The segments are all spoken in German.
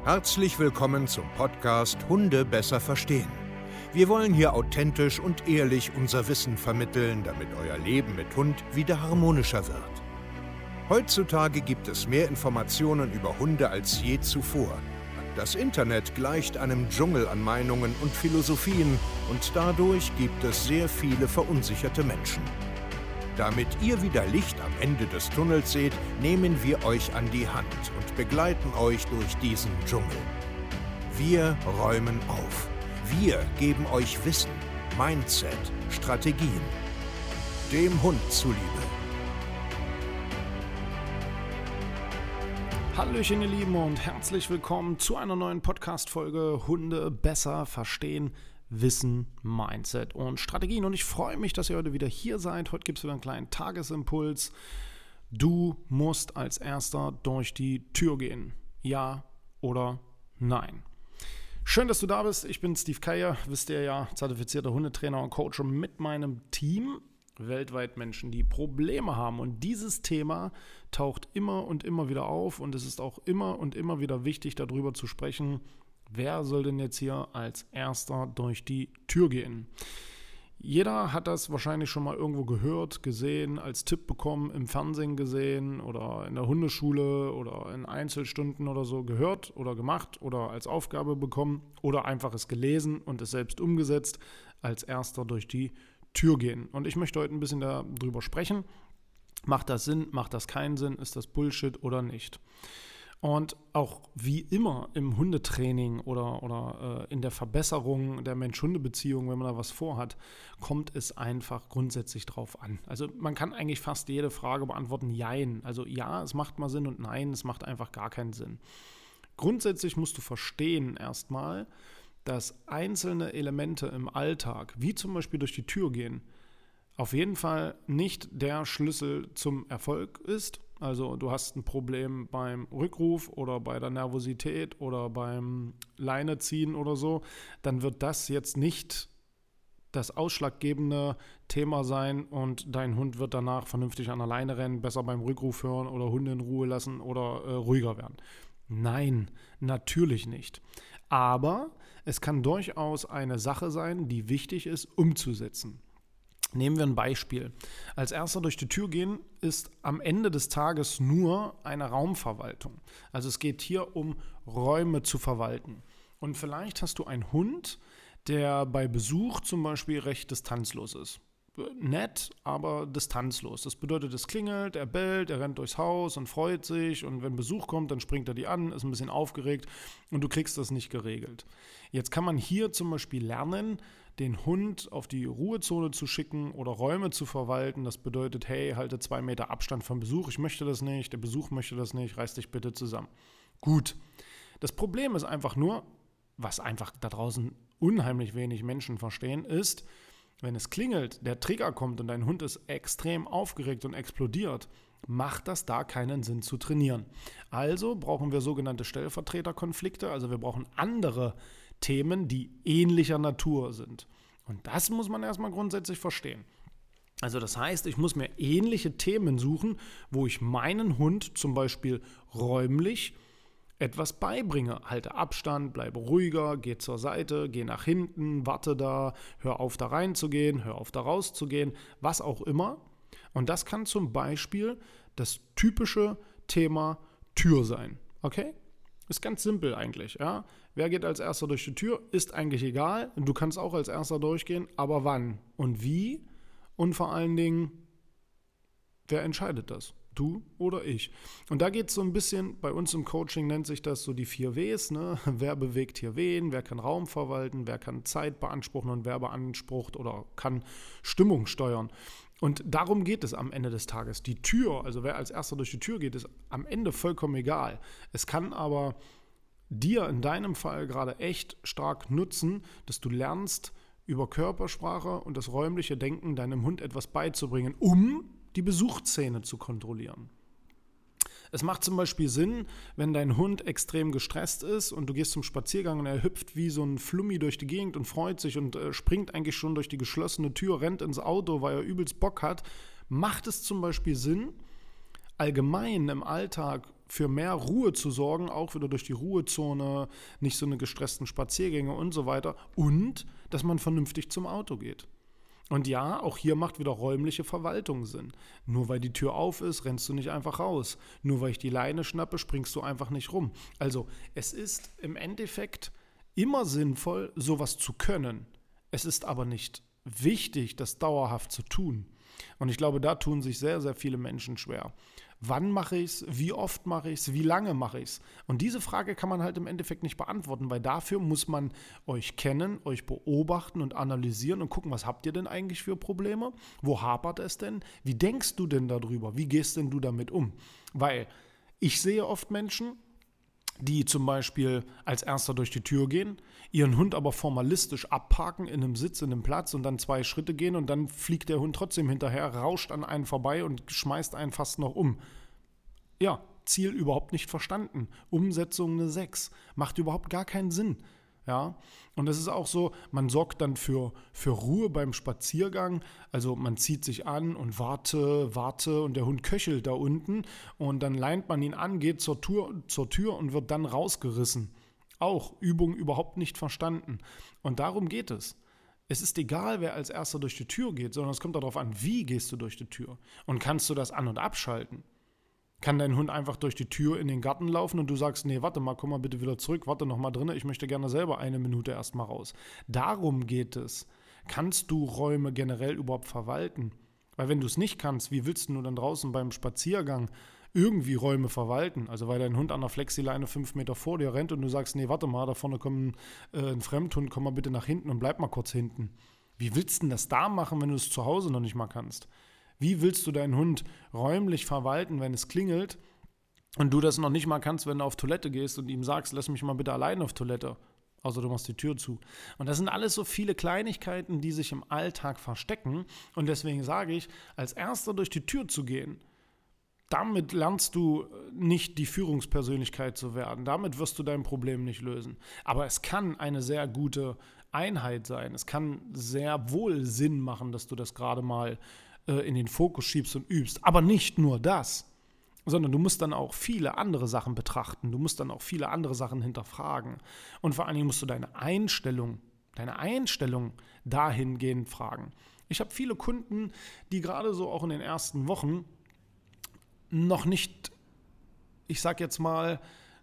Herzlich willkommen zum Podcast Hunde besser verstehen. Wir wollen hier authentisch und ehrlich unser Wissen vermitteln, damit euer Leben mit Hund wieder harmonischer wird. Heutzutage gibt es mehr Informationen über Hunde als je zuvor. Das Internet gleicht einem Dschungel an Meinungen und Philosophien und dadurch gibt es sehr viele verunsicherte Menschen. Damit ihr wieder Licht am Ende des Tunnels seht, nehmen wir euch an die Hand und begleiten euch durch diesen Dschungel. Wir räumen auf. Wir geben euch Wissen, Mindset, Strategien. Dem Hund zuliebe. Hallöchen ihr Lieben und herzlich willkommen zu einer neuen Podcast-Folge Hunde besser verstehen, Wissen, Mindset und Strategien. Und ich freue mich, dass ihr heute wieder hier seid. Heute gibt es wieder einen kleinen Tagesimpuls. Du musst als Erster durch die Tür gehen. Ja oder nein? Schön, dass du da bist. Ich bin Steve Keier, wisst ihr ja, zertifizierter Hundetrainer und Coach mit meinem Team. Weltweit Menschen, die Probleme haben. Und dieses Thema taucht immer und immer wieder auf. Und es ist auch immer und immer wieder wichtig, darüber zu sprechen, wer soll denn jetzt hier als Erster durch die Tür gehen? Jeder hat das wahrscheinlich schon mal irgendwo gehört, gesehen, als Tipp bekommen, im Fernsehen gesehen oder in der Hundeschule oder in Einzelstunden oder so gehört oder gemacht oder als Aufgabe bekommen oder einfach es gelesen und es selbst umgesetzt, als Erster durch die Tür gehen. Und ich möchte heute ein bisschen darüber sprechen. Macht das Sinn? Macht das keinen Sinn? Ist das Bullshit oder nicht? Und auch wie immer im Hundetraining oder in der Verbesserung der Mensch-Hunde-Beziehung, wenn man da was vorhat, kommt es einfach grundsätzlich drauf an. Also man kann eigentlich fast jede Frage beantworten, jein. Also ja, es macht mal Sinn und nein, es macht einfach gar keinen Sinn. Grundsätzlich musst du verstehen erstmal, dass einzelne Elemente im Alltag, wie zum Beispiel durch die Tür gehen, auf jeden Fall nicht der Schlüssel zum Erfolg ist. Also du hast ein Problem beim Rückruf oder bei der Nervosität oder beim Leineziehen oder so, dann wird das jetzt nicht das ausschlaggebende Thema sein und dein Hund wird danach vernünftig an der Leine rennen, besser beim Rückruf hören oder Hunde in Ruhe lassen oder ruhiger werden. Nein, natürlich nicht. Aber es kann durchaus eine Sache sein, die wichtig ist, umzusetzen. Nehmen wir ein Beispiel. Als Erster durch die Tür gehen ist am Ende des Tages nur eine Raumverwaltung. Also es geht hier um Räume zu verwalten. Und vielleicht hast du einen Hund, der bei Besuch zum Beispiel recht distanzlos ist. Nett, aber distanzlos. Das bedeutet, es klingelt, er bellt, er rennt durchs Haus und freut sich und wenn Besuch kommt, dann springt er die an, ist ein bisschen aufgeregt und du kriegst das nicht geregelt. Jetzt kann man hier zum Beispiel lernen, den Hund auf die Ruhezone zu schicken oder Räume zu verwalten. Das bedeutet, hey, halte 2 Meter Abstand vom Besuch, ich möchte das nicht, der Besuch möchte das nicht, reiß dich bitte zusammen. Gut, das Problem ist einfach nur, was einfach da draußen unheimlich wenig Menschen verstehen, ist, wenn es klingelt, der Trigger kommt und dein Hund ist extrem aufgeregt und explodiert, macht das da keinen Sinn zu trainieren. Also brauchen wir sogenannte Stellvertreterkonflikte, also wir brauchen andere Themen, die ähnlicher Natur sind. Und das muss man erstmal grundsätzlich verstehen. Also das heißt, ich muss mir ähnliche Themen suchen, wo ich meinen Hund zum Beispiel räumlich etwas beibringe. Halte Abstand, bleibe ruhiger, geh zur Seite, geh nach hinten, warte da, hör auf da reinzugehen, hör auf da rauszugehen, was auch immer. Und das kann zum Beispiel das typische Thema Tür sein. Okay? Ist ganz simpel eigentlich. Ja? Wer geht als Erster durch die Tür, ist eigentlich egal. Du kannst auch als Erster durchgehen, aber wann und wie? Und vor allen Dingen, wer entscheidet das? Du oder ich. Und da geht es so ein bisschen, bei uns im Coaching nennt sich das so die 4 Ws. Ne? Wer bewegt hier wen, wer kann Raum verwalten, wer kann Zeit beanspruchen und wer beansprucht oder kann Stimmung steuern. Und darum geht es am Ende des Tages. Die Tür, also wer als Erster durch die Tür geht, ist am Ende vollkommen egal. Es kann aber dir in deinem Fall gerade echt stark nutzen, dass du lernst, über Körpersprache und das räumliche Denken deinem Hund etwas beizubringen, um die Besuchsszene zu kontrollieren. Es macht zum Beispiel Sinn, wenn dein Hund extrem gestresst ist und du gehst zum Spaziergang und er hüpft wie so ein Flummi durch die Gegend und freut sich und springt eigentlich schon durch die geschlossene Tür, rennt ins Auto, weil er übelst Bock hat, macht es zum Beispiel Sinn, allgemein im Alltag für mehr Ruhe zu sorgen, auch wieder durch die Ruhezone, nicht so eine gestressten Spaziergänge und so weiter, und dass man vernünftig zum Auto geht. Und ja, auch hier macht wieder räumliche Verwaltung Sinn. Nur weil die Tür auf ist, rennst du nicht einfach raus. Nur weil ich die Leine schnappe, springst du einfach nicht rum. Also es ist im Endeffekt immer sinnvoll, sowas zu können. Es ist aber nicht wichtig, das dauerhaft zu tun. Und ich glaube, da tun sich sehr, sehr viele Menschen schwer. Wann mache ich es? Wie oft mache ich es? Wie lange mache ich es? Und diese Frage kann man halt im Endeffekt nicht beantworten, weil dafür muss man euch kennen, euch beobachten und analysieren und gucken, was habt ihr denn eigentlich für Probleme? Wo hapert es denn? Wie denkst du denn darüber? Wie gehst denn du damit um? Weil ich sehe oft Menschen, die zum Beispiel als Erster durch die Tür gehen, ihren Hund aber formalistisch abparken in einem Sitz, in einem Platz und dann 2 Schritte gehen und dann fliegt der Hund trotzdem hinterher, rauscht an einen vorbei und schmeißt einen fast noch um. Ja, Ziel überhaupt nicht verstanden. Umsetzung eine 6. Macht überhaupt gar keinen Sinn. Ja, und das ist auch so, man sorgt dann für Ruhe beim Spaziergang, also man zieht sich an und warte und der Hund köchelt da unten und dann leint man ihn an, geht zur Tür und wird dann rausgerissen. Auch Übung überhaupt nicht verstanden. Und darum geht es. Es ist egal, wer als Erster durch die Tür geht, sondern es kommt darauf an, wie gehst du durch die Tür und kannst du das an- und abschalten. Kann dein Hund einfach durch die Tür in den Garten laufen und du sagst, nee, warte mal, komm mal bitte wieder zurück, warte noch mal drin, ich möchte gerne selber 1 Minute erstmal raus. Darum geht es. Kannst du Räume generell überhaupt verwalten? Weil wenn du es nicht kannst, wie willst du dann draußen beim Spaziergang irgendwie Räume verwalten? Also weil dein Hund an der Flexileine 5 Meter vor dir rennt und du sagst, nee, warte mal, da vorne kommt ein Fremdhund, komm mal bitte nach hinten und bleib mal kurz hinten. Wie willst du denn das da machen, wenn du es zu Hause noch nicht mal kannst? Wie willst du deinen Hund räumlich verwalten, wenn es klingelt und du das noch nicht mal kannst, wenn du auf Toilette gehst und ihm sagst, lass mich mal bitte allein auf Toilette, außer du machst die Tür zu. Und das sind alles so viele Kleinigkeiten, die sich im Alltag verstecken. Und deswegen sage ich, als Erster durch die Tür zu gehen, damit lernst du nicht die Führungspersönlichkeit zu werden. Damit wirst du dein Problem nicht lösen. Aber es kann eine sehr gute Einheit sein. Es kann sehr wohl Sinn machen, dass du das gerade mal in den Fokus schiebst und übst. Aber nicht nur das, sondern du musst dann auch viele andere Sachen betrachten. Du musst dann auch viele andere Sachen hinterfragen. Und vor allen Dingen musst du deine Einstellung dahingehend fragen. Ich habe viele Kunden, die gerade so auch in den ersten Wochen noch nicht, ich sag jetzt mal,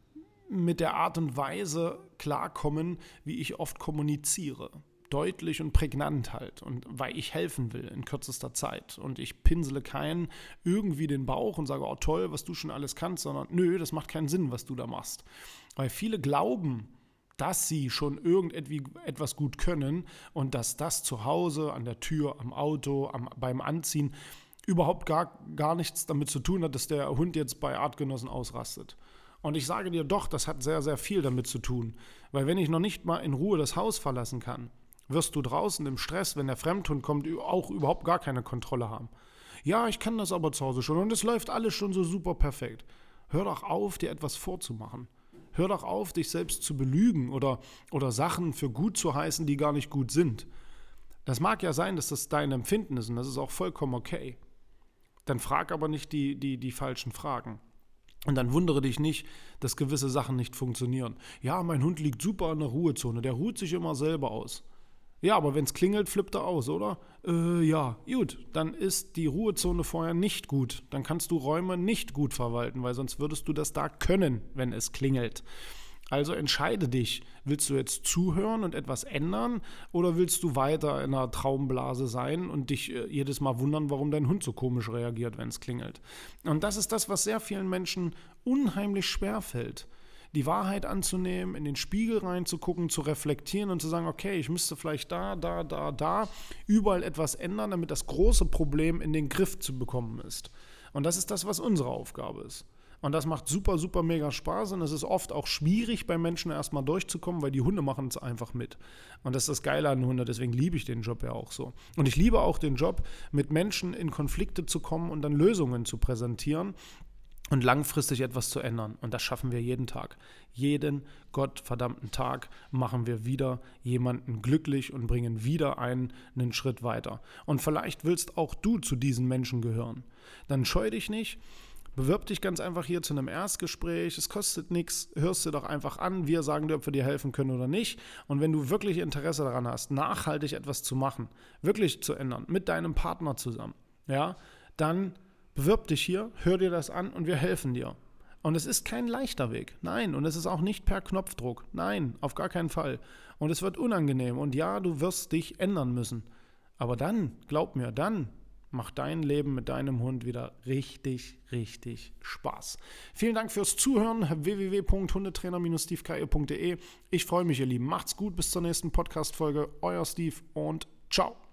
mit der Art und Weise klarkommen, wie ich oft kommuniziere. Deutlich und prägnant halt, und weil ich helfen will in kürzester Zeit und ich pinsele keinen irgendwie den Bauch und sage, oh toll, was du schon alles kannst, sondern nö, das macht keinen Sinn, was du da machst. Weil viele glauben, dass sie schon etwas gut können und dass das zu Hause, an der Tür, am Auto, beim Anziehen überhaupt gar nichts damit zu tun hat, dass der Hund jetzt bei Artgenossen ausrastet. Und ich sage dir doch, das hat sehr, sehr viel damit zu tun. Weil wenn ich noch nicht mal in Ruhe das Haus verlassen kann, wirst du draußen im Stress, wenn der Fremdhund kommt, auch überhaupt gar keine Kontrolle haben. Ja, ich kann das aber zu Hause schon und es läuft alles schon so super perfekt. Hör doch auf, dir etwas vorzumachen. Hör doch auf, dich selbst zu belügen oder Sachen für gut zu heißen, die gar nicht gut sind. Das mag ja sein, dass das dein Empfinden ist und das ist auch vollkommen okay. Dann frag aber nicht die falschen Fragen. Und dann wundere dich nicht, dass gewisse Sachen nicht funktionieren. Ja, mein Hund liegt super in der Ruhezone, der ruht sich immer selber aus. Ja, aber wenn es klingelt, flippt er aus, oder? Ja, gut, dann ist die Ruhezone vorher nicht gut. Dann kannst du Räume nicht gut verwalten, weil sonst würdest du das da können, wenn es klingelt. Also entscheide dich, willst du jetzt zuhören und etwas ändern oder willst du weiter in einer Traumblase sein und dich jedes Mal wundern, warum dein Hund so komisch reagiert, wenn es klingelt. Und das ist das, was sehr vielen Menschen unheimlich schwer fällt. Die Wahrheit anzunehmen, in den Spiegel reinzugucken, zu reflektieren und zu sagen, okay, ich müsste vielleicht da, überall etwas ändern, damit das große Problem in den Griff zu bekommen ist. Und das ist das, was unsere Aufgabe ist. Und das macht super, super mega Spaß und es ist oft auch schwierig, bei Menschen erstmal durchzukommen, weil die Hunde machen es einfach mit. Und das ist das Geile an Hunden, deswegen liebe ich den Job ja auch so. Und ich liebe auch den Job, mit Menschen in Konflikte zu kommen und dann Lösungen zu präsentieren und langfristig etwas zu ändern. Und das schaffen wir jeden Tag. Jeden gottverdammten Tag machen wir wieder jemanden glücklich und bringen wieder einen Schritt weiter. Und vielleicht willst auch du zu diesen Menschen gehören. Dann scheu dich nicht, Bewirb dich ganz einfach hier zu einem Erstgespräch. Es kostet nichts, hörst du doch einfach an. Wir sagen dir, ob wir dir helfen können oder nicht. Und wenn du wirklich Interesse daran hast, nachhaltig etwas zu machen, wirklich zu ändern, mit deinem Partner zusammen, ja, dann bewirb dich hier, hör dir das an und wir helfen dir. Und es ist kein leichter Weg, nein. Und es ist auch nicht per Knopfdruck, nein, auf gar keinen Fall. Und es wird unangenehm und ja, du wirst dich ändern müssen. Aber dann, glaub mir, dann macht dein Leben mit deinem Hund wieder richtig, richtig Spaß. Vielen Dank fürs Zuhören. www.hundetrainer-stevekeier.de. Ich freue mich, ihr Lieben. Macht's gut, bis zur nächsten Podcast-Folge. Euer Steve und ciao.